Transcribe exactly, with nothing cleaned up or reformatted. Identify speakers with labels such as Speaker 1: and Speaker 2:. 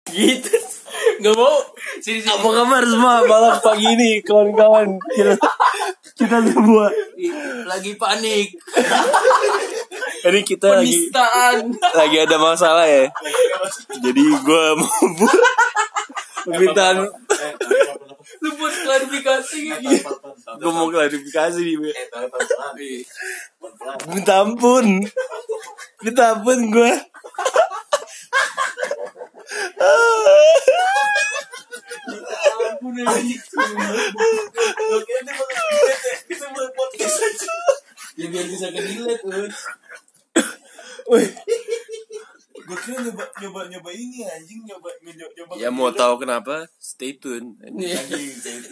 Speaker 1: Gitu. Gak mau.
Speaker 2: Sini, sini.
Speaker 1: Apa kabar semua malam pagi ini kawan-kawan kita, kita semua
Speaker 2: Lagi panik.
Speaker 1: Ini kita lagi
Speaker 2: Penistaan.
Speaker 1: lagi ada masalah ya. Jadi gue mau buat permintaan.
Speaker 2: Lu buat klarifikasi gitu.
Speaker 1: Gue mau klarifikasi nih. Minta ampun. Minta ampun gue.
Speaker 2: Ampun ini. Oke, ini kita buat podcast aja. Ya biar bisa ke-delete, Ut.
Speaker 1: Woi,
Speaker 3: Gue kira nyoba nyoba nyoba ini anjing nyoba nyoba nyoba.
Speaker 1: ya mau tahu kenapa? Stay tune.
Speaker 2: Nih.
Speaker 3: Anjing.